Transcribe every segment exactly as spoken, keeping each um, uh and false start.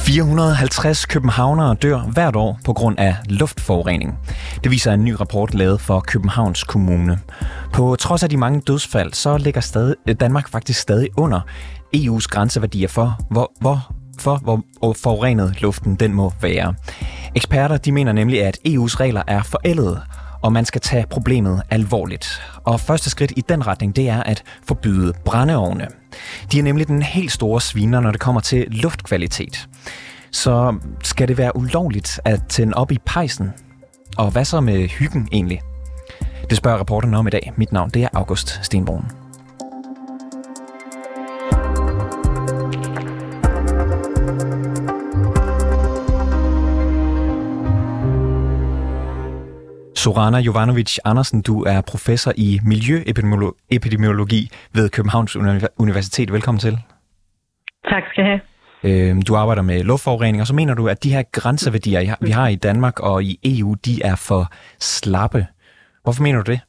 fire hundrede og halvtreds københavnere dør hvert år på grund af luftforurening. Det viser en ny rapport lavet for Københavns Kommune. På trods af de mange dødsfald, så ligger stadig, Danmark faktisk stadig under E U's grænseværdier for, hvor, hvor, for, hvor forurenet luften den må være. Eksperter de mener nemlig, at E U's regler er forældede, og man skal tage problemet alvorligt. Og første skridt i den retning, det er at forbyde brændeovne. De er nemlig den helt store sviner, når det kommer til luftkvalitet. Så skal det være ulovligt at tænde op i pejsen? Og hvad så med hyggen egentlig? Det spørger reporterne om i dag. Mit navn det er August Stenbrun. Zorana Jovanovic Andersen, du er professor i miljøepidemiologi ved Københavns Universitet. Velkommen til. Tak skal jeg have. Du arbejder med luftforurening, og så mener du, at de her grænseværdier, vi har i Danmark og i E U, de er for slappe. Hvorfor mener du det?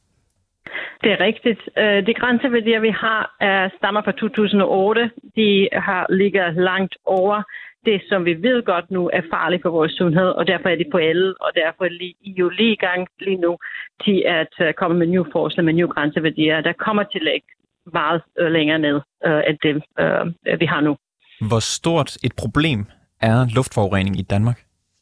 Det er rigtigt. De grænseværdier, vi har, stammer fra to tusind og otte. De har ligget langt over det, som vi ved godt nu er farligt for vores sundhed, og derfor er de på alle, og derfor er I jo lige i gang lige nu til at komme med nye forslag, med nye grænseværdier, der kommer til at lægge meget længere ned end det, vi har nu. Hvor stort et problem er luftforurening i Danmark?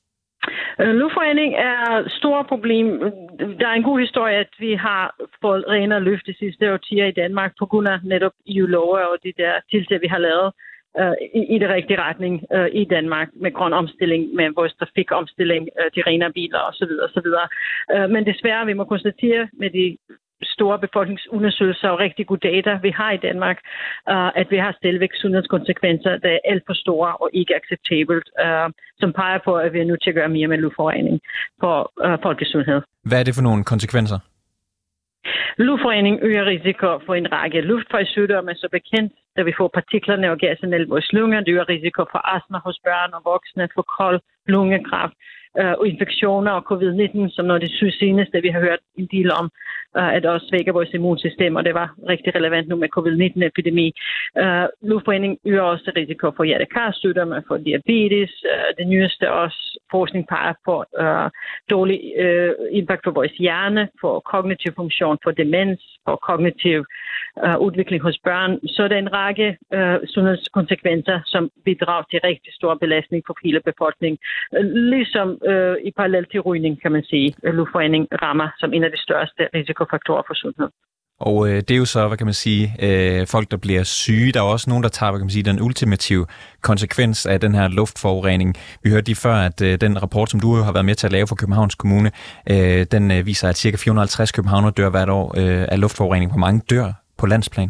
Luftforurening er et stort problem. Der er en god historie, at vi har fået renere luft de sidste årtier i Danmark, på grund af netop E U-love og de der tiltag, vi har lavet I, i det rigtige retning uh, i Danmark med grøn omstilling, med vores trafikomstilling, uh, de renere biler osv. osv. Uh, men desværre, vi må konstatere med de store befolkningsundersøgelser og rigtig gode data, vi har i Danmark, uh, at vi har stadigvæk sundhedskonsekvenser, der er alt for store og ikke acceptabelt, uh, som peger på, at vi er nødt til at gøre mere med luftforurening for uh, folkesundhed. Hvad er det for nogle konsekvenser? Luftforurening øger risiko for en række luftvejssygdomme, så bekendt, da vi får partiklerne og gasserne i vores lunger. Det øger risiko for astma hos børn og voksne, for kold, lungekræft øh, og infektioner og covid nitten, som når det synes seneste, vi har hørt en del om, øh, at også svækker vores immunsystem, og det var rigtig relevant nu med covid nitten-epidemi. Øh, luftforurening øger også risiko for hjertekarsygdomme, for diabetes. Øh, det nyeste også forskning peger på øh, dårlig øh, impact på vores hjerne, for kognitiv funktion, for demens, for kognitiv øh, udvikling hos børn. Så er der en række øh, sundhedskonsekvenser, som bidrager til rigtig stor belastning for hele befolkningen. Ligesom øh, i parallel til rygning, kan man sige, luftforurening rammer som en af de største risikofaktorer for sundhed. Og øh, det er jo så, hvad kan man sige, øh, folk, der bliver syge. Der er også nogen, der tager, hvad kan man sige, den ultimative konsekvens af den her luftforurening. Vi hørte lige før, at øh, den rapport, som du har været med til at lave for Københavns Kommune, øh, den øh, viser, at ca. fire hundrede og halvtreds københavnere dør hvert år øh, af luftforurening. Hvor mange dør på landsplan?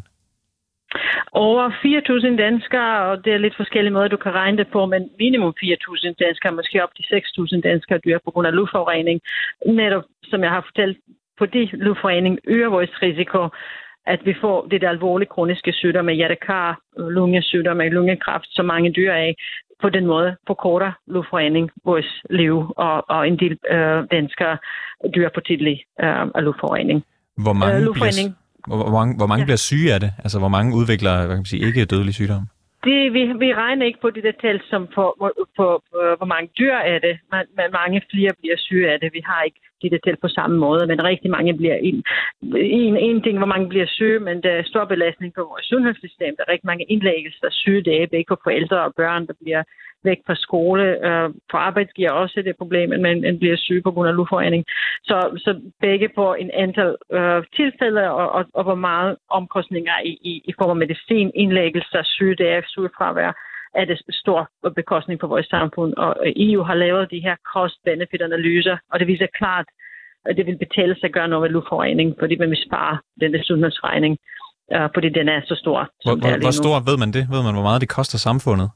Over fire tusind danskere, og det er lidt forskellige måder, du kan regne det på, men minimum fire tusind danskere, måske op til seks tusind danskere dør på grund af luftforurening. Netop, som jeg har fortalt, fordi luftforurening øger vores risiko, at vi får det der alvorlige kroniske sygdomme, hjertekar, lungesygdomme, lungekræft, som mange dyr af. På den måde forkorter luftforurening vores liv, og, og en del øh, danskere dør på tidlig øh, af luftforurening. Hvor mange, øh, luftforurening, bliver, hvor mange, hvor mange ja. bliver syge af det? Altså, hvor mange udvikler, hvad kan man sige, ikke dødelig sygdom? Det, vi, vi regner ikke på de der tal, som på, på, på, på hvor mange dyr er det, men, men mange flere bliver syge af det. Vi har ikke de der tal på samme måde, men rigtig mange bliver en, en, en ting, hvor mange bliver syge, men der er stor belastning på vores sundhedssystem. Der er rigtig mange indlæggelser, sygedage, begge for forældre og børn, der bliver væk fra skole. Øh, for arbejdsgiver også det problem, at man, man bliver syg på grund af luftforurening. Så, så begge på en antal øh, tilfælde, og, og, og hvor meget omkostninger i, i, i form af medicin, indlæggelser, sygedage, sygefravær, er det stor bekostning for vores samfund. Og E U har lavet de her cost-benefit-analyser, og det viser klart, at det vil betale sig at gøre noget ved luftforurening, fordi man vil spare den der sundhedsregning, øh, fordi den er så stor. Hvor, hvor, hvor stor ved man det? Ved man, hvor meget det koster samfundet?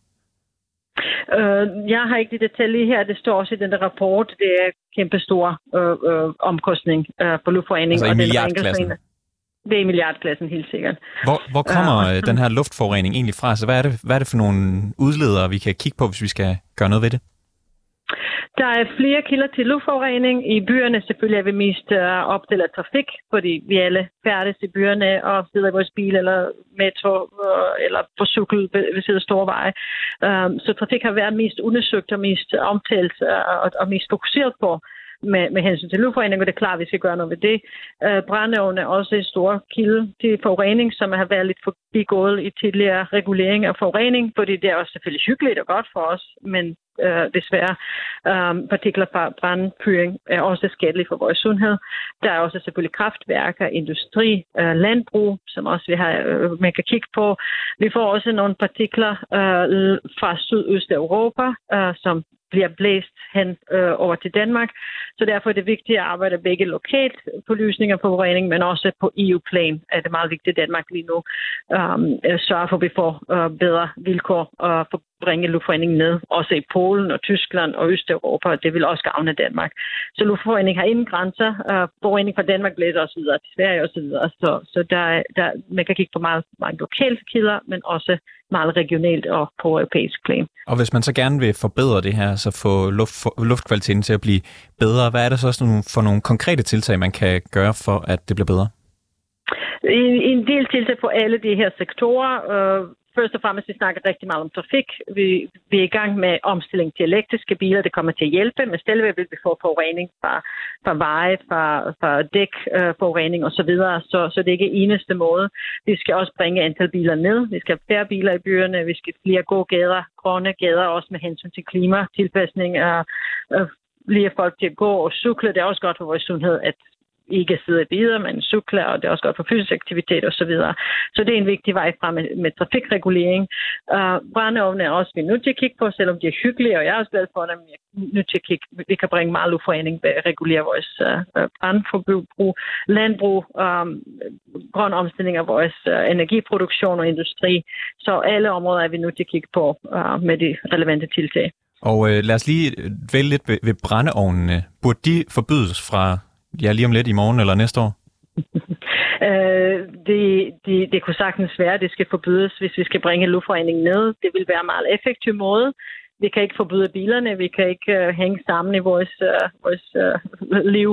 Uh, jeg har ikke de detaljer her. Det står også i den der rapport. Det er kæmpe stor uh, uh, omkostning uh, for luftforurening. Altså i milliardklassen? Det er i milliardklassen, helt sikkert. Hvor, hvor kommer uh, den her luftforurening egentlig fra? Så hvad er det, hvad er det for nogle udledere, vi kan kigge på, hvis vi skal gøre noget ved det? Der er flere kilder til luftforurening. I byerne selvfølgelig er vi mest uh, opstillet af trafik, fordi vi alle færdes i byerne og sidder i vores bil eller metro uh, eller på cykel ved, ved siden af store veje. Um, så trafik har været mest undersøgt og mest omtalt uh, og, og mest fokuseret på med, med hensyn til luftforurening, og det er klart, at vi skal gøre noget ved det. Uh, brændeovne er også en stor kilde til forurening, som har været lidt forbigået i tidligere regulering af forurening, fordi det er også selvfølgelig hyggeligt og godt for os, men Uh, desværre. Um, partikler fra brandfyring er også skadelige for vores sundhed. Der er også selvfølgelig kraftværker, industri, uh, landbrug, som også vi har, uh, man kan kigge på. Vi får også nogle partikler uh, fra Sydøsteuropa, uh, som bliver blæst hen øh, over til Danmark. Så derfor er det vigtigt at arbejde begge lokalt på løsninger på forurening, men også på E U-plan er det meget vigtigt, at Danmark lige nu øh, sørger for, at vi får øh, bedre vilkår og for at bringe luftforureningen ned, også i Polen og Tyskland og Østeuropa. Det vil også gavne Danmark. Så luftforurening har ingen grænser. Øh, forurening fra Danmark blæser også videre til Sverige og så videre. Så, så der, der, man kan kigge på meget, meget lokale kilder, men også meget regionalt og på europæisk plan. Og hvis man så gerne vil forbedre det her, så få luft, for, luftkvaliteten til at blive bedre, hvad er det så også nogle, for nogle konkrete tiltag, man kan gøre for, at det bliver bedre? En, en del tiltag på alle de her sektorer. Øh, Først og fremmest, vi snakker rigtig meget om trafik. Vi, vi er i gang med omstilling til elektriske biler. Det kommer til at hjælpe, men stadigvæk vil vi få forurening fra, fra veje, fra, fra dæk, øh, forurening osv. Så, så det er ikke eneste måde. Vi skal også bringe antal biler ned. Vi skal have færre biler i byerne. Vi skal flere gågader, grønne gader, også med hensyn til klimatilpasning. Og, og lige folk til at gå og cykle. Det er også godt for vores sundhed, at ikke sidde i biler, men cykler, og det er også godt for fysisk aktivitet og så videre. Så det er en vigtig vej frem med, med trafikregulering. Uh, brændeovne er også vi er nødt til at kigge på, selvom de er hyggelige, og jeg er også glad for, at vi er nødt til at kigge. Vi kan bringe meget luftforurening ved at regulere vores uh, brandforbrug, landbrug, um, grøn omstilling af vores uh, energiproduktion og industri. Så alle områder er vi nødt til at kigge på uh, med de relevante tiltag. Og uh, lad os lige vælge lidt ved, ved brændeovnene. Burde de forbydes fra Ja, lige om lidt i morgen eller næste år? øh, det, det, det kunne sagtens være, at det skal forbydes, hvis vi skal bringe luftforureningen ned. Det vil være en meget effektiv måde. Vi kan ikke forbyde bilerne, vi kan ikke uh, hænge sammen i vores, uh, vores uh, liv.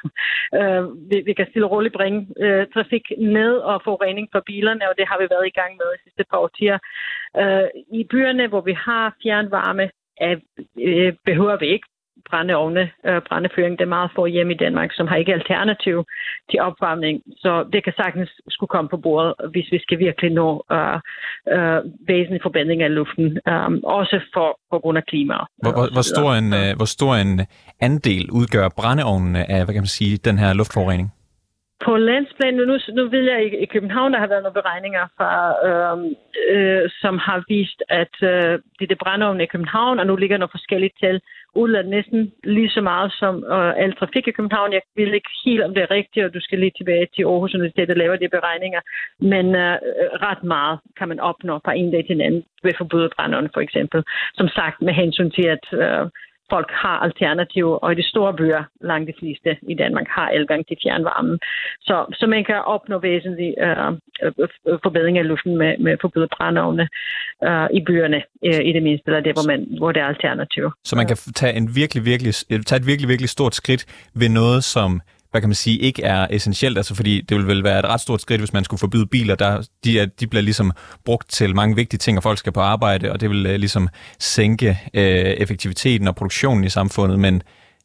uh, vi, vi kan stille og roligt bringe uh, trafik ned og forurening fra bilerne, og det har vi været i gang med de sidste par årtier. Uh, I byerne, hvor vi har fjernvarme, uh, uh, behøver vi ikke brændeovne, øh, brændefyring. Det er meget få hjemme i Danmark, som har ikke alternativ til opvarmning. Så det kan sagtens skulle komme på bordet, hvis vi skal virkelig nå øh, øh, væsentlig forbedring af luften. Øh, også for, på grund af klima. Hvor, hvor, hvor, stor en, øh, hvor stor en andel udgør brændeovnene af, hvad kan man sige, den her luftforurening? På landsplan, nu, nu ved jeg, i København, der har været nogle beregninger, fra, øh, øh, som har vist, at øh, det er brændeovne i København, og nu ligger nogle forskellige tal, udladt næsten lige så meget som øh, al trafik i København. Jeg ved ikke helt, om det er rigtigt, og du skal lige tilbage til Aarhus Universitet og lave de beregninger, men øh, ret meget kan man opnå fra en dag til en anden ved forbyde brændeovne, for eksempel. Som sagt, med hensyn til, at øh, folk har alternativer, og i de store byer, langt de fleste i Danmark, har adgang til fjernvarmen. Så, så man kan opnå væsentlig øh, forbedring af luften med, med forbydet brændeovne øh, i byerne, øh, i det mindste, eller det, hvor, man, hvor der er alternativer. Så man kan tage, en virkelig, virkelig, tage et virkelig, virkelig stort skridt ved noget, som hvad kan man sige, ikke er essentielt, altså fordi det vil vel være et ret stort skridt, hvis man skulle forbyde biler, der de, er, de bliver ligesom brugt til mange vigtige ting, og folk skal på arbejde, og det vil uh, ligesom sænke uh, effektiviteten og produktionen i samfundet, men,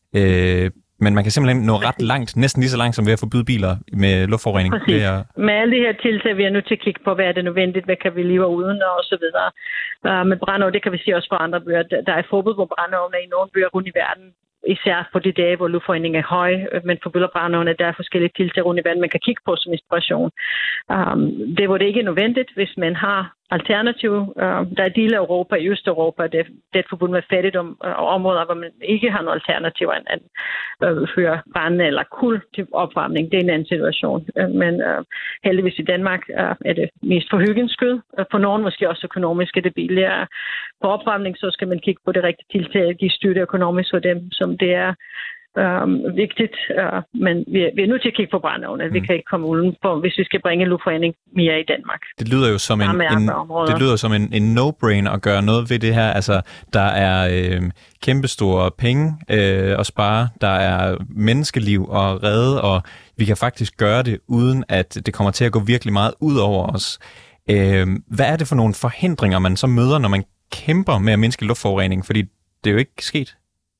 uh, men man kan simpelthen nå ret langt, næsten lige så langt som ved at forbyde biler med luftforurening. Præcis. At... Med alle de her tiltag, vi er nødt til at kigge på, hvad er det nødvendigt, hvad kan vi leve uden, og så videre. Uh, med brændeovne, det kan vi sige også for andre byer. Der er forbud på brændeovne i nogle byer rundt i verden, især på de dage, hvor luftforureningen er høj, men forbyder brændeovne, der er forskellige tiltag rundt i verden, man kan kigge på som inspiration. Um, det hvor det ikke er nødvendigt, hvis man har alternativ. Uh, der er dele af Europa, i Østeuropa, det, det er forbundet med fattigdom og områder, hvor man ikke har noget alternativ end at uh, føre brænde eller kul til opvarmning. Det er en anden situation. Uh, men uh, heldigvis i Danmark uh, er det mest for hyggens skyld. Uh, for nogen måske også økonomisk er det billigere. På opvarmning så skal man kigge på det rigtige tiltag, de støtter økonomisk for dem, som det er øh, vigtigt. Øh, men vi er, vi er nødt til at kigge på brændeovne. Mm. Vi kan ikke komme uden for, hvis vi skal bringe luftforurening mere i Danmark. Det lyder jo som en, en det lyder som en, en no-brainer at gøre noget ved det her. Altså, der er øh, kæmpestore penge øh, at spare, der er menneskeliv at redde, og vi kan faktisk gøre det, uden at det kommer til at gå virkelig meget ud over os. Øh, hvad er det for nogle forhindringer, man så møder, når man kæmper med at mindske luftforurening? Fordi det er jo ikke sket.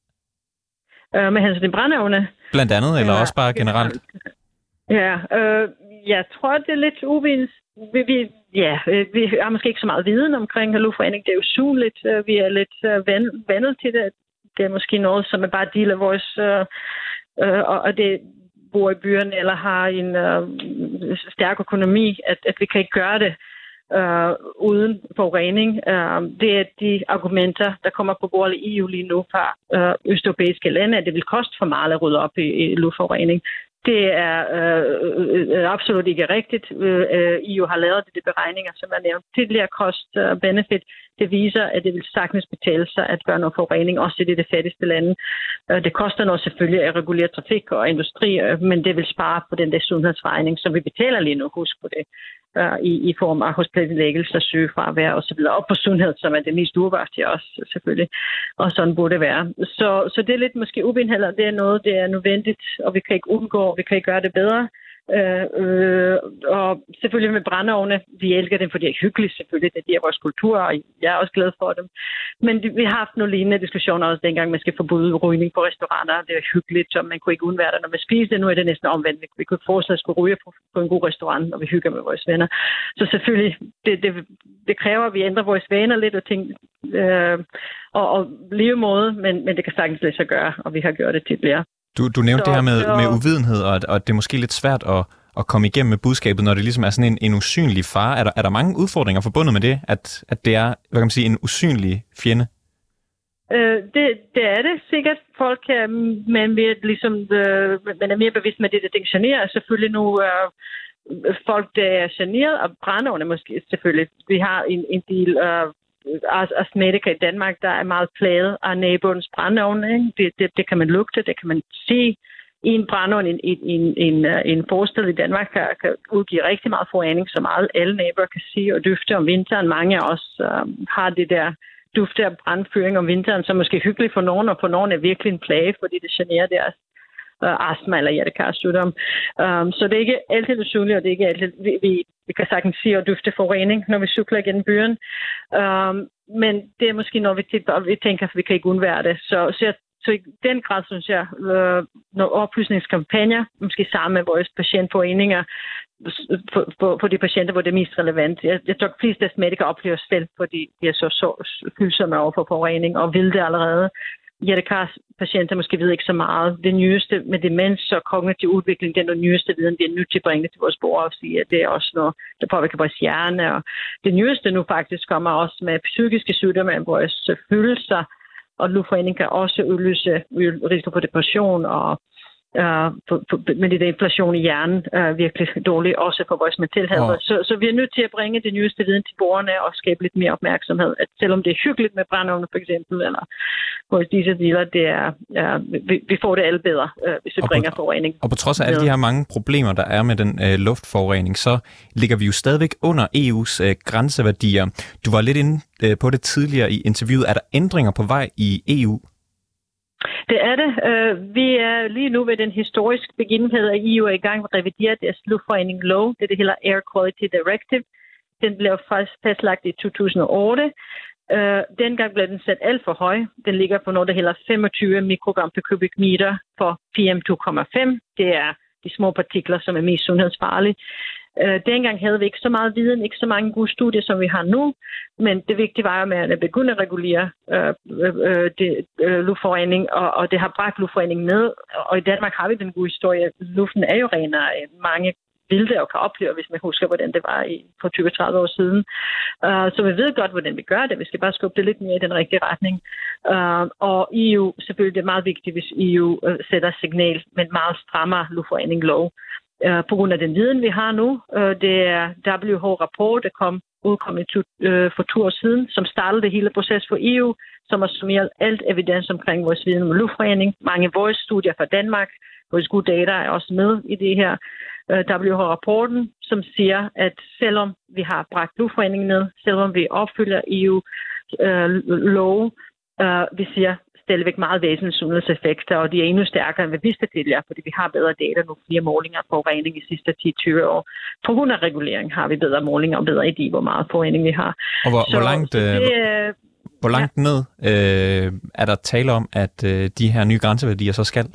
Øh, med hensyn til brændeovne? Blandt andet, eller ja, også bare generelt? Ja, øh, jeg tror, det er lidt uvidens. Vi, vi, ja, vi har måske ikke så meget viden omkring luftforurening. Det er jo synligt. Vi er lidt uh, vendet til det. Det er måske noget, som er bare del af vores... Uh, uh, og det bor i byerne eller har en uh, stærk økonomi, at, at vi kan ikke gøre det uh, uden forurening. Uh, det er de argumenter, der kommer på bordet i E U lige nu fra uh, østeuropæiske lande, at det vil koste for meget at rydde op i, i luftforurening. Det er øh, absolut ikke rigtigt. Øh, E U har lavet de beregninger, som er nævnt tidligere, cost-benefit. Det viser, at det vil sagtens betale sig at gøre noget forurening, også i de fattigste lande. Øh, det koster noget selvfølgelig at regulere trafik og industri, øh, men det vil spare på den der sundhedsregning, som vi betaler lige nu. Husk på det. Øh, i, I form af hospitalsindlæggelse, sygefravær og så videre. Og på sundhed, som er det mest urbare til os selvfølgelig. Og sådan burde det være. Så, så det er lidt måske ubindheller. Det er noget, det er nødvendigt, og vi kan ikke undgå, vi kan ikke gøre det bedre. Øh, øh, og selvfølgelig med brændeovne, vi elsker dem, for det er hyggeligt selvfølgelig, det er vores kultur, og jeg er også glad for dem. Men det, vi har haft nogle lignende diskussioner også dengang, man skal forbyde rygning på restauranter. Det er hyggeligt, og man kunne ikke undvære det, når man spiser det. Nu er det næsten omvendt. Vi kunne forestille at skulle ryge på, på en god restaurant, når vi hygger med vores venner. Så selvfølgelig, det, det, det kræver, at vi ændrer vores vaner lidt og ting, øh, og, og levemåde, men, men det kan sagtens lade sig gøre, og vi har gjort det tidligere. Du, du nævnte så, det her med, så... med uvidenhed, og, og det er måske lidt svært at, at komme igennem med budskabet, når det ligesom er sådan en, en usynlig fare. Er der, er der mange udfordringer forbundet med det, at, at det er, hvad kan man sige, en usynlig fjende? Øh, det, det er det sikkert. Folk er, man, mere, ligesom, øh, man er mere bevidst med det, der ting generer. Selvfølgelig nu øh, folk, der er generet, og brændeovne måske selvfølgelig. Vi har en, en del... Øh, astmatikere i Danmark, der er meget plaget af naboens brændeovne. Det, det, det kan man lugte, det kan man se. I en brændeovn, en, en, en, en forsted i Danmark, kan, kan udgive rigtig meget forurening, så meget alle naboer kan se og dufte om vinteren. Mange af os um, har det der dufte af brandføring om vinteren, som måske er hyggeligt for nogen, og for nogen er virkelig en plage, fordi det generer deres uh, astma eller hjertekarsygdom. Um, så det er ikke altid usynligt, og det er ikke altid... Vi, vi, Vi kan sagtens sige og dufte forurening, når vi cykler gennem byen. Um, men det er måske noget, vi, tænker, vi tænker, at vi kan ikke undvære det. Så, så, jeg, så i den grad, synes jeg, øh, nogle oplysningskampagner, måske sammen med vores patientforeninger, for, for, for de patienter, hvor det er mest relevant. Jeg, jeg tror, at flest astmatikere oplever selv, fordi de er så, så følsomme over for forurening og vil det allerede. Hjertekarspatienter måske ved ikke så meget. Det nyeste med demens og kognitiv udvikling, det er noget nyeste viden, vi er nødt til at bringe til vores borgere og sige, at det er også noget, der påvirker vores hjerne. Og det nyeste nu faktisk kommer også med psykiske sygdomme af vores følelser, og luftforurening kan også udløse risiko for depression og Uh, for, for, men det er inflation i hjernen uh, virkelig dårligt, også for vores mentalhelbred. Oh. Så, så vi er nødt til at bringe det nyeste viden til borgerne og skabe lidt mere opmærksomhed. At selvom det er hyggeligt med brændeovne for eksempel, eller vores disse dealer, det er, uh, vi, vi får det alle bedre, uh, hvis vi og bringer på, forurening. Og på trods af alle de her mange problemer, der er med den uh, luftforurening, så ligger vi jo stadigvæk under E U's uh, grænseværdier. Du var lidt inde uh, på det tidligere i interviewet. Er der ændringer på vej i E U? Det er det. Vi er lige nu ved den historiske begivenhed, at E U er i gang med at revidere deres luftforurening lov. Det, det hedder Air Quality Directive. Den blev fastlagt i to tusind og otte. Dengang blev den sat alt for høj. Den ligger på noget, der hedder femogtyve mikrogram per kubikmeter for P M to komma fem. Det er de små partikler, som er mest sundhedsfarlige. Øh, dengang havde vi ikke så meget viden, ikke så mange gode studier, som vi har nu, men det vigtige var jo med at begynde at regulere øh, øh, det, øh, luftforurening, og, og det har bragt luftforurening ned, og i Danmark har vi den gode historie. Luften er jo renere end mange vilde og kan opleve, hvis man husker, hvordan det var i, for tyve til tredive år siden. Uh, så vi ved godt, hvordan vi gør det. Vi skal bare skubbe det lidt mere i den rigtige retning. Uh, og E U, selvfølgelig det er meget vigtigt, hvis E U uh, sætter signal med en meget strammere luftforurening lov. Uh, på grund af den viden, vi har nu, uh, det er W H-rapport, der kom udkom øh, for to år siden, som startede det hele proces for E U, som har summeret alt evidens omkring vores viden om luftforurening. Mange voice-studier fra Danmark, vores gode data er også med i det her øh, W H-rapporten, som siger, at selvom vi har bragt luftforurening ned, selvom vi opfylder E U-love, øh, øh, vi siger stadigvæk meget væsentlige sundhedseffekter, og de er endnu stærkere, end vi vidste tidligere, fordi vi har bedre data nu, flere målinger på forurening i de sidste ti til tyve år. På grund af regulering har vi bedre målinger og bedre idé, hvor meget forurening vi har. Og hvor, så, hvor langt, så det, hvor langt ja. ned øh, er der tale om, at øh, de her nye grænseværdier så skal?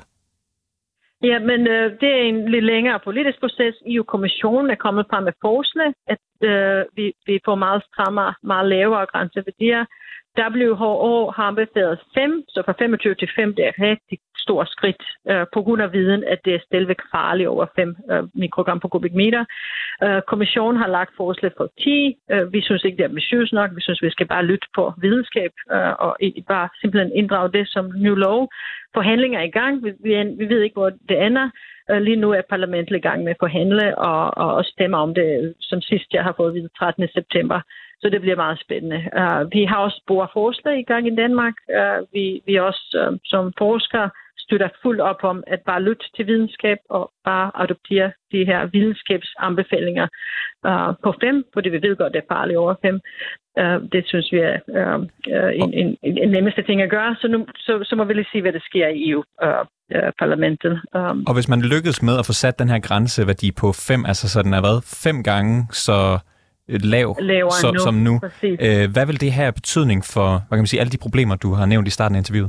Ja, men øh, det er en lidt længere politisk proces. E U-kommissionen er kommet frem med forslag, at øh, vi, vi får meget strammere, meget lavere grænseværdier. W H O har anbefalet fem, så fra femogtyve til fem, det er et rigtig stort skridt øh, på grund af viden, at det er stadigvæk farligt over fem øh, mikrogram per kubikmeter. Øh, kommissionen har lagt forslag for ti. Øh, vi synes ikke, det er ambitiøst nok. Vi synes, vi skal bare lytte på videnskab øh, og bare simpelthen inddrage det som new law. Forhandlinger er i gang. Vi, vi, vi ved ikke, hvor det ender. Øh, lige nu er parlamentet i gang med at forhandle og, og, og stemme om det, som sidst jeg har fået ved trettende september. Så det bliver meget spændende. Uh, vi har også borgerforslag i gang i Danmark. Uh, vi, vi også uh, som forskere støtter fuldt op om at bare lytte til videnskab og bare adoptere de her videnskabsanbefalinger uh, på fem, fordi vi ved godt, det er farligt over fem. Uh, det synes vi er uh, uh, en, en, en nemmeste ting at gøre. Så nu så, så må vi lige se, hvad der sker i E U-parlamentet. Uh, uh, um. Og hvis man lykkes med at få sat den her grænseværdi på fem, altså så den er været fem gange, så lav så, nu. som nu. Æh, hvad vil det have betydning for, hvad kan man sige, alle de problemer, du har nævnt i starten af interviewet?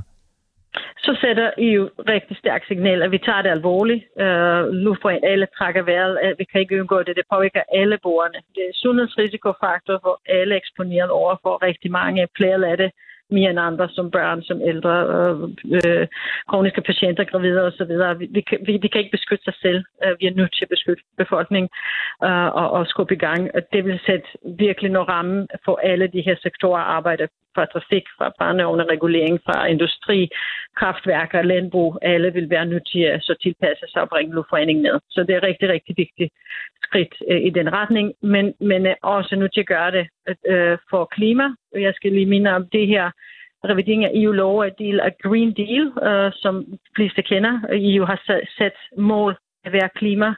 Så sætter E U rigtig stærkt signal, at vi tager det alvorligt. Uh, luftforurening, alle trækker vejret, vi kan ikke undgå det, det påvirker alle borgerne. Det er sundhedsrisikofaktor, hvor alle er eksponeret over for rigtig mange, flere af det, mere end andre, som børn, som ældre, øh, øh, kroniske patienter, gravide osv. Vi, vi, vi, vi kan ikke beskytte sig selv. Uh, vi er nødt til at beskytte befolkningen uh, og, og skubbe i gang. Og det vil sætte virkelig noget ramme for alle de her sektorer arbejder, fra trafik, fra brændeovne, regulering, fra industri, kraftværker, landbrug. Alle vil være nødt til at så tilpasse sig og bringe luftforurening ned. Så det er rigtig, rigtig vigtigt skridt øh, i den retning, men, men er også nødt til at gøre det øh, for klima. Jeg skal lige minde om det her revidering af E U-lov er del af Green Deal, øh, som fleste kender. E U har sat mål at være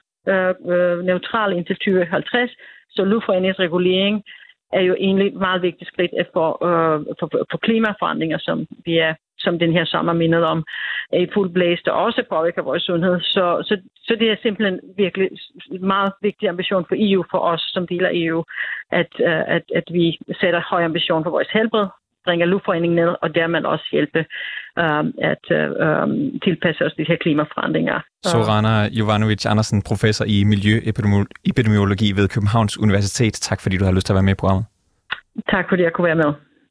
klimaneutral øh, indtil tyve halvtreds, så luftforureningsregulering er jo egentlig et meget vigtigt skridt for, øh, for, for klimaforandringer, som vi er, som den her sommer mindet om, er i fuld blæst og også påvirker vores sundhed. Så, så, så det er simpelthen virkelig en meget vigtig ambition for E U, for os som del af E U, at, at, at vi sætter høj ambition for vores helbred, bringer luftforurening ned, og dermed også hjælpe um, at um, tilpasse os de her klimaforandringer. Zorana Jovanovic Andersen, professor i miljøepidemiologi ved Københavns Universitet. Tak fordi du har lyst til at være med i programmet. Tak fordi jeg kunne være med.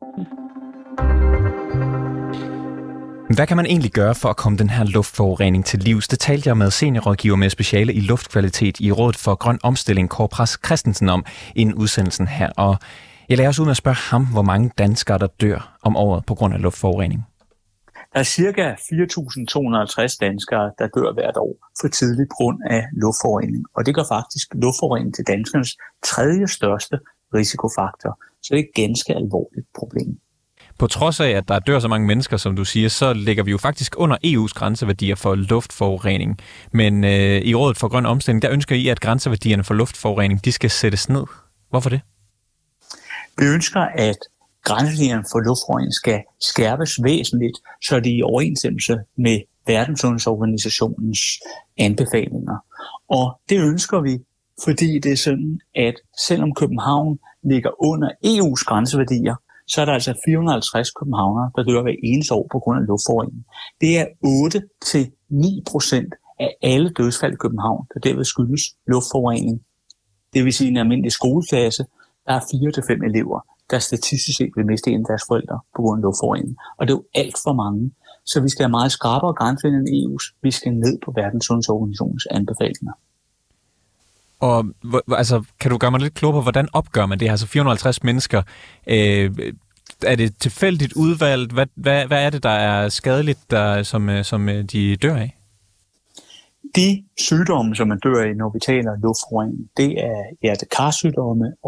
Hvad kan man egentlig gøre for at komme den her luftforurening til livs? Det talte jeg med seniorrådgiver med speciale i luftkvalitet i Rådet for Grøn Omstilling, Kåre Pras Christensen, om inden udsendelsen her. Og jeg lader også ud med at spørge ham, hvor mange danskere, der dør om året på grund af luftforurening. Der er ca. fire tusind to hundrede og halvtreds danskere, der dør hvert år for tidligt på grund af luftforurening. Og det gør faktisk luftforurening til danskernes tredje største risikofaktor. Så det er et ganske alvorligt problem. På trods af, at der dør så mange mennesker, som du siger, så ligger vi jo faktisk under E U's grænseværdier for luftforurening. Men øh, i Rådet for Grøn Omstilling, der ønsker I, at grænseværdierne for luftforurening, de skal sættes ned. Hvorfor det? Vi ønsker, at grænseværdierne for luftforurening skal skærpes væsentligt, så det er i overensstemmelse med Verdenssundhedsorganisationens anbefalinger. Og det ønsker vi, fordi det er sådan, at selvom København ligger under E U's grænseværdier, så er der altså fire hundrede og halvtreds københavnere, der dør hver eneste år på grund af luftforurening. Det er otte til ni procent af alle dødsfald i København, der derved skyldes luftforurening. Det vil sige, en almindelig skoleklasse, der er fire til fem elever, der statistisk set vil miste en af deres forældre på grund af luftforurening. Og det er jo alt for mange. Så vi skal have meget skarpere grænseværdier end E U's. Vi skal ned på Verdenssundhedsorganisationens anbefalinger. Og altså, kan du gøre mig lidt klogere på, hvordan opgør man det her? Altså fire hundrede og halvtreds mennesker. Øh, er det tilfældigt udvalgt? Hvad, hvad, hvad er det, der er skadeligt, der, som, som de dør af? De sygdomme, som man dør af, når vi taler luftforurening, det er hjertekarsygdomme og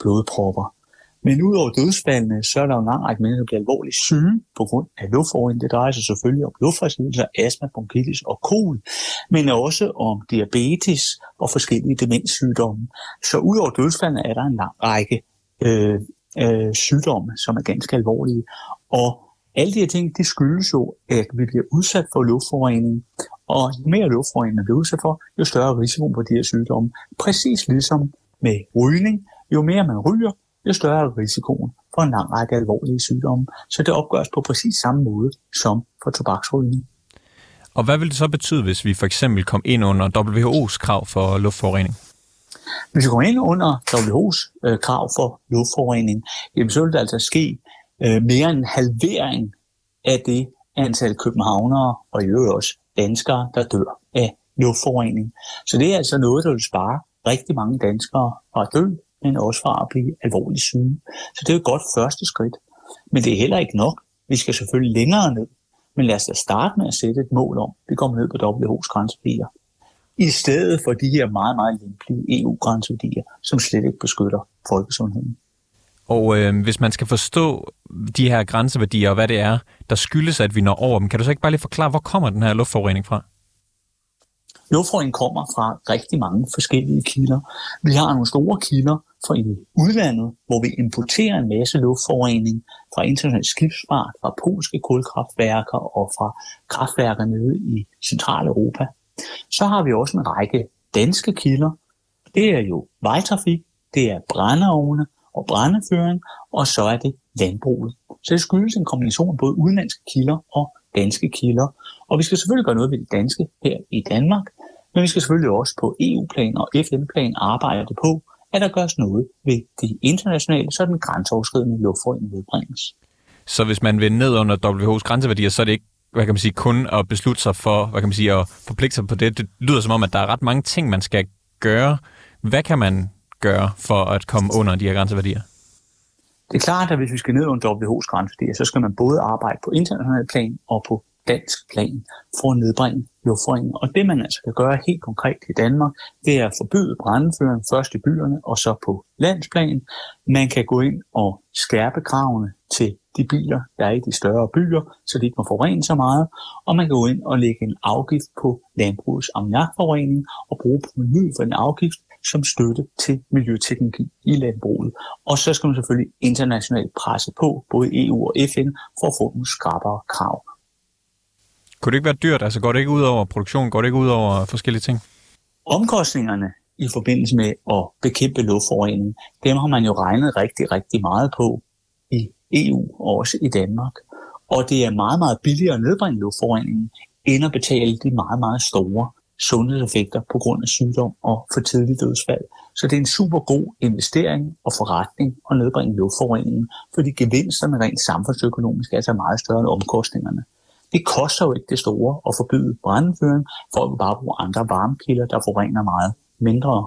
blodpropper. Men udover dødsfaldene, så er der jo en lang række mennesker, der bliver alvorligt syge på grund af luftforurening. Det drejer sig selvfølgelig om luftforstyrrelser, astma, bronkitis og kol, men også om diabetes og forskellige demenssygdomme. Så udover dødsfaldene er der en lang række øh, øh, sygdomme, som er ganske alvorlige. Og alle de her ting, de skyldes jo, at vi bliver udsat for luftforurening. Og jo mere luftforurening man bliver udsat for, jo større risiko for de her sygdomme. Præcis ligesom med rygning. Jo mere man ryger, jo større er risikoen for en lang række alvorlige sygdomme. Så det opgøres på præcis samme måde som for tobaksrygning. Og hvad vil det så betyde, hvis vi for eksempel kom ind under W H O's krav for luftforurening? Hvis vi kommer ind under W H O's øh, krav for luftforurening, jamen, så vil der altså ske øh, mere end en halvering af det antal københavnere og i øvrigt også danskere, der dør af luftforurening. Så det er altså noget, der vil spare rigtig mange danskere fra at dø, men også fra at blive alvorligt syge. Så det er jo et godt første skridt. Men det er heller ikke nok. Vi skal selvfølgelig længere ned. Men lad os da starte med at sætte et mål om, at vi kommer ned på W H O's grænseværdier. I stedet for de her meget, meget lempelige E U-grænseværdier, som slet ikke beskytter folkesundheden. Og øh, hvis man skal forstå de her grænseværdier og hvad det er, der skyldes, at vi når over dem, kan du så ikke bare lige forklare, hvor kommer den her luftforurening fra? Luftforurening kommer fra rigtig mange forskellige kilder. Vi har nogle store kilder fra i udlandet, hvor vi importerer en masse luftforurening fra international skibsfart, fra polske kulkraftværker og fra kraftværker nede i Centraleuropa. Så har vi også en række danske kilder. Det er jo vejtrafik, det er brændeovne og brændeføring, og så er det landbruget. Så det skyldes en kombination af både udenlandske kilder og danske kilder. Og vi skal selvfølgelig gøre noget ved det danske her i Danmark, men vi skal selvfølgelig også på E U-plan og F N-plan arbejde på, at der gøres noget ved de internationale, så den grænseoverskridende luftforurening nedbringes. Så hvis man vil ned under W H O's grænseværdier, så er det ikke, hvad kan man sige, kun at beslutte sig for, hvad kan man sige, at forpligte sig på det. Det lyder som om, at der er ret mange ting, man skal gøre. Hvad kan man gøre for at komme under de her grænseværdier? Det er klart, at hvis vi skal ned under W H O's grænseværdier, så skal man både arbejde på international plan og på dansk plan for at nedbringe luftforureningen. Og det, man altså kan gøre helt konkret i Danmark, det er at forbyde brændeføring først i byerne og så på landsplan. Man kan gå ind og skærpe kravene til de biler, der er i de større byer, så de ikke må forurene så meget. Og man kan gå ind og lægge en afgift på landbrugets ammoniakforurening og bruge provenuet for en afgift som støtte til miljøteknologi i landbruget. Og så skal man selvfølgelig internationalt presse på, både E U og F N, for at få nogle skrappere krav. Kunne det ikke være dyrt? Altså går det ikke ud over produktion? Går det ikke ud over forskellige ting? Omkostningerne i forbindelse med at bekæmpe luftforurening, dem har man jo regnet rigtig, rigtig meget på i E U og også i Danmark. Og det er meget, meget billigere at nedbringe luftforureningen, end at betale de meget, meget store sundhedseffekter på grund af sygdom og for tidlig dødsfald. Så det er en super god investering og forretning at nedbringe luftforureningen, fordi gevinsterne rent samfundsøkonomisk er altså meget større end omkostningerne. Det koster jo ikke det store at forbyde brændeføring, for at bare bruge andre varmekilder, der forurener meget mindre.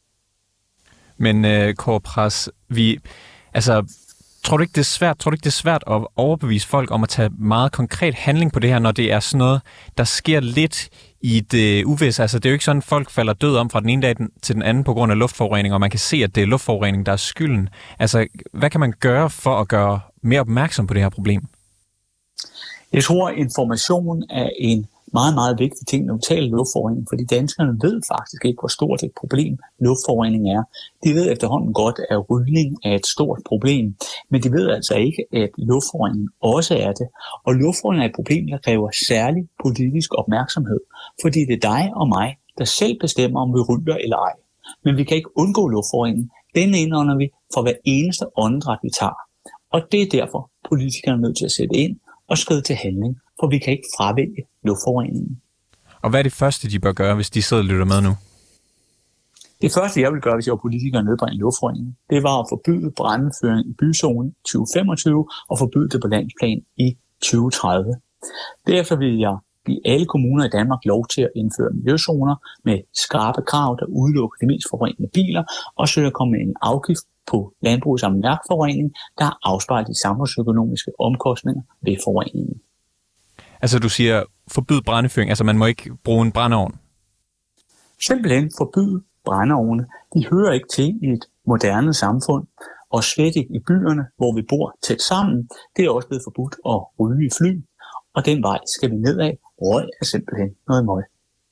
Men øh, Kåre Pras, vi, altså, tror du ikke det er svært, tror du ikke det er svært at overbevise folk om at tage meget konkret handling på det her, når det er sådan noget, der sker lidt i det uvisse? Altså, det er jo ikke sådan, at folk falder død om fra den ene dag til den anden på grund af luftforurening, og man kan se, at det er luftforurening, der er skylden. Altså, hvad kan man gøre for at gøre mere opmærksom på det her problem? Jeg tror, at information er en meget, meget vigtig ting, når vi taler luftforurening, fordi danskerne ved faktisk ikke, hvor stort et problem luftforurening er. De ved efterhånden godt, at rygning er et stort problem, men de ved altså ikke, at luftforurening også er det. Og luftforurening er et problem, der kræver særlig politisk opmærksomhed, fordi det er dig og mig, der selv bestemmer, om vi ryger eller ej. Men vi kan ikke undgå luftforurening. Den indånder vi for hver eneste åndedræt, vi tager. Og det er derfor, politikerne er nødt til at sætte ind og skride til handling, for vi kan ikke fravælge luftforureningen. Og hvad er det første, de bør gøre, hvis de sidder og lytter med nu? Det første, jeg vil gøre, hvis jeg var politiker og nedbringe luftforureningen, det var at forbyde brændeføring i byzonen tyve femogtyve og forbyde det på landsplan i tyve tredive. Derefter vil jeg give alle kommuner i Danmark lov til at indføre miljøzoner med skarpe krav, der udelukker de mest forurenende biler, og så at komme med en afgift på landbrugets ammoniakforurening, der afspejler de samfundsøkonomiske omkostninger ved forureningen. Altså du siger forbyd brændeføring, altså man må ikke bruge en brændeovn? Simpelthen forbyde brændeovne. De hører ikke til i et moderne samfund, og slet ikke i byerne, hvor vi bor tæt sammen. Det er også blevet forbudt at ryge i fly, og den vej skal vi nedad. Røg er simpelthen noget møg.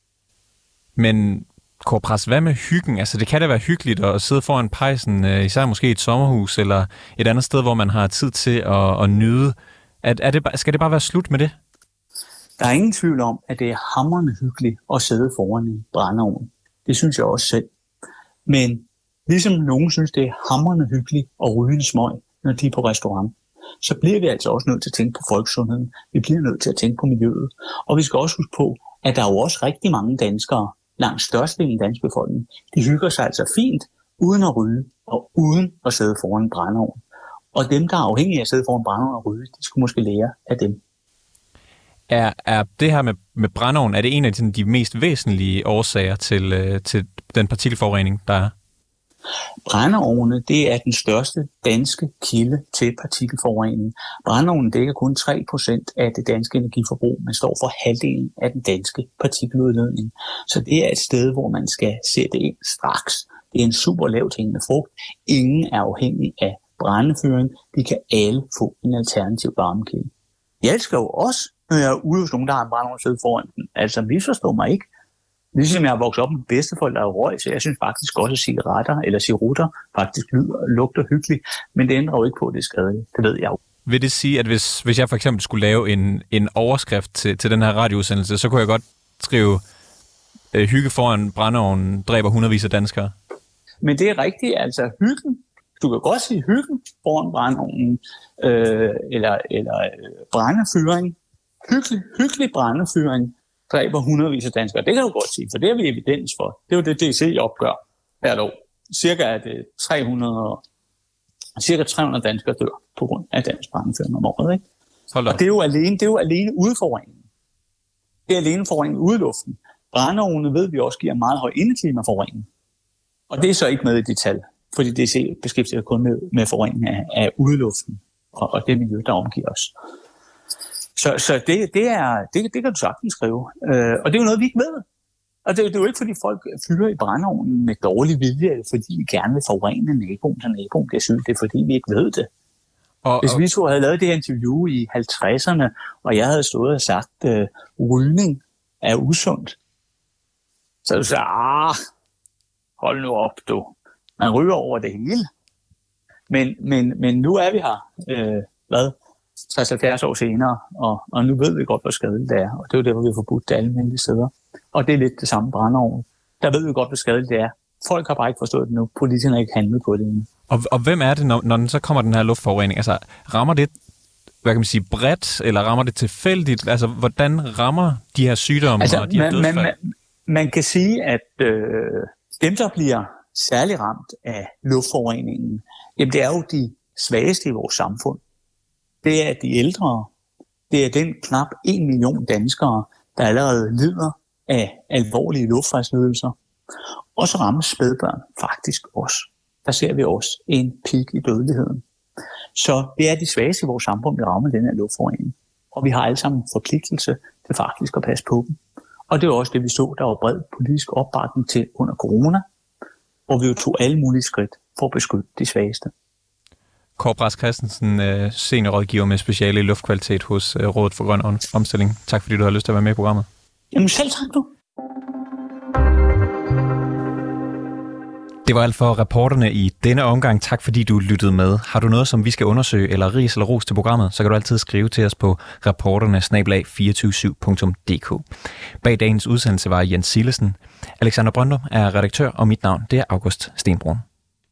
Men Kåre Pras, hvad med hyggen? Altså, det kan da være hyggeligt at sidde foran pejsen, især måske i et sommerhus eller et andet sted, hvor man har tid til at, at nyde. Er, er det, skal det bare være slut med det? Der er ingen tvivl om, at det er hamrende hyggeligt at sidde foran en brændeovn. Det synes jeg også selv. Men ligesom nogen synes, det er hamrende hyggeligt at ryge en smøg, når de er på restaurant, så bliver vi altså også nødt til at tænke på folkesundheden. Vi bliver nødt til at tænke på miljøet. Og vi skal også huske på, at der er jo også rigtig mange danskere, langt størstedelen af den danske befolkning, de hygger sig altså fint, uden at ryge og uden at sidde foran en brændeovn. Og dem, der er afhængige af at sidde foran en brændeovn og ryge, de skulle måske lære af dem. Er, er det her med, med brændeovn, er det en af de, de mest væsentlige årsager til, øh, til den partikelforurening, der er? Brændeovne, det er den største danske kilde til partikelforurening. Brændeovnen dækker kun tre procent af det danske energiforbrug, men står for halvdelen af den danske partikeludledning. Så det er et sted, hvor man skal sætte ind straks. Det er en super lavt hængende frugt. Ingen er afhængig af brændefyring. De kan alle få en alternativ varmekilde. Jeg elsker jo også, når jeg er ude hos nogen, der har en brændeovn siddet foran den. Altså, misforstår mig ikke. Ligesom jeg har vokset op med bedsteforældre, der er røg, så jeg synes faktisk også, at cigaretter eller cirutter faktisk lyder, lugter hyggeligt. Men det ændrer jo ikke på, at det er skadeligt. Det ved jeg jo. Vil det sige, at hvis, hvis jeg for eksempel skulle lave en, en overskrift til, til den her radioudsendelse, så kunne jeg godt skrive, øh, hygge foran brændeovnen dræber hundredvis af danskere? Men det er rigtigt. Altså hyggen. Du kan godt sige hyggen foran brændeovnen, øh, eller, eller øh, brændefyring. Hyggelig, hyggelig brændefyring dræber hundredvis af danskere. Det kan du godt sige, for det har vi evidens for. Det er jo det, D C opgør hvert år. Cirka er det tre hundrede, cirka tre hundrede danskere dør på grund af dansk brændefyring om året. Ikke? Og det er jo alene, det er jo alene udforureningen. Det er alene forureningen ude i luften. Brændeovne ved vi også giver meget høj indeklimaforurening. Og det er så ikke med i de tal, fordi D C beskæftiger kun med, med forurening af, af udeluften og, og det miljø, der omgiver os. Så, så det, det, er, det, det kan du sagtens skrive. Øh, og det er jo noget, vi ikke ved. Og det, det er jo ikke, fordi folk fyrer i brændeovnen med dårlig vilje, eller fordi vi gerne vil forurene naboen, så naboen bliver syg. Det er, fordi vi ikke ved det. Og, Hvis vi to havde lavet det her interview i halvtredserne, og jeg havde stået og sagt, at øh, rygning er usundt, så du sagde, ah, hold nu op, du. Man ryger over det hele. Men, men, men nu er vi her, øh, hvad? tres til halvfjerds år senere, og, og nu ved vi godt, hvor skadeligt det er. Og det er jo derfor, vi har forbudt det alle mulige steder. Og det er lidt det samme brændeovn. Der ved vi godt, hvor skadeligt det er. Folk har bare ikke forstået det nu. Politikerne har ikke handlet på det endnu. Og, og hvem er det, når, når den så kommer den her luftforurening? Altså, rammer det, hvad kan man sige, bredt, eller rammer det tilfældigt? Altså, hvordan rammer de her sygdomme altså, og de her man, dødsfald? Man, man, man kan sige, at øh, dem, der bliver særlig ramt af luftforureningen, jamen det er jo de svageste i vores samfund. Det er de ældre. Det er den knap en million danskere, der allerede lider af alvorlige luftvejslidelser. Og så rammer spædbørn faktisk også. Der ser vi også en peak i dødeligheden. Så det er de svageste i vores samfund, der rammer den her luftforurening. Og vi har alle sammen forpligtelse til faktisk at passe på dem. Og det er også det, vi så, der var bred politisk opbakning til under corona, hvor vi jo tog alle mulige skridt for at beskytte de svageste. Kåre Pras Christensen, seniorrådgiver med speciale i luftkvalitet hos Rådet for Grøn Omstilling. Tak fordi du har lyst til at være med i programmet. Jamen selv tak du. Det var alt for reporterne i denne omgang. Tak fordi du lyttede med. Har du noget, som vi skal undersøge, eller ris eller ros til programmet, så kan du altid skrive til os på reporterne bindestreg to fire syv punktum d k. Bag dagens udsendelse var Jens Sillesen. Alexander Brøndum er redaktør, og mit navn det er August Stenbrun.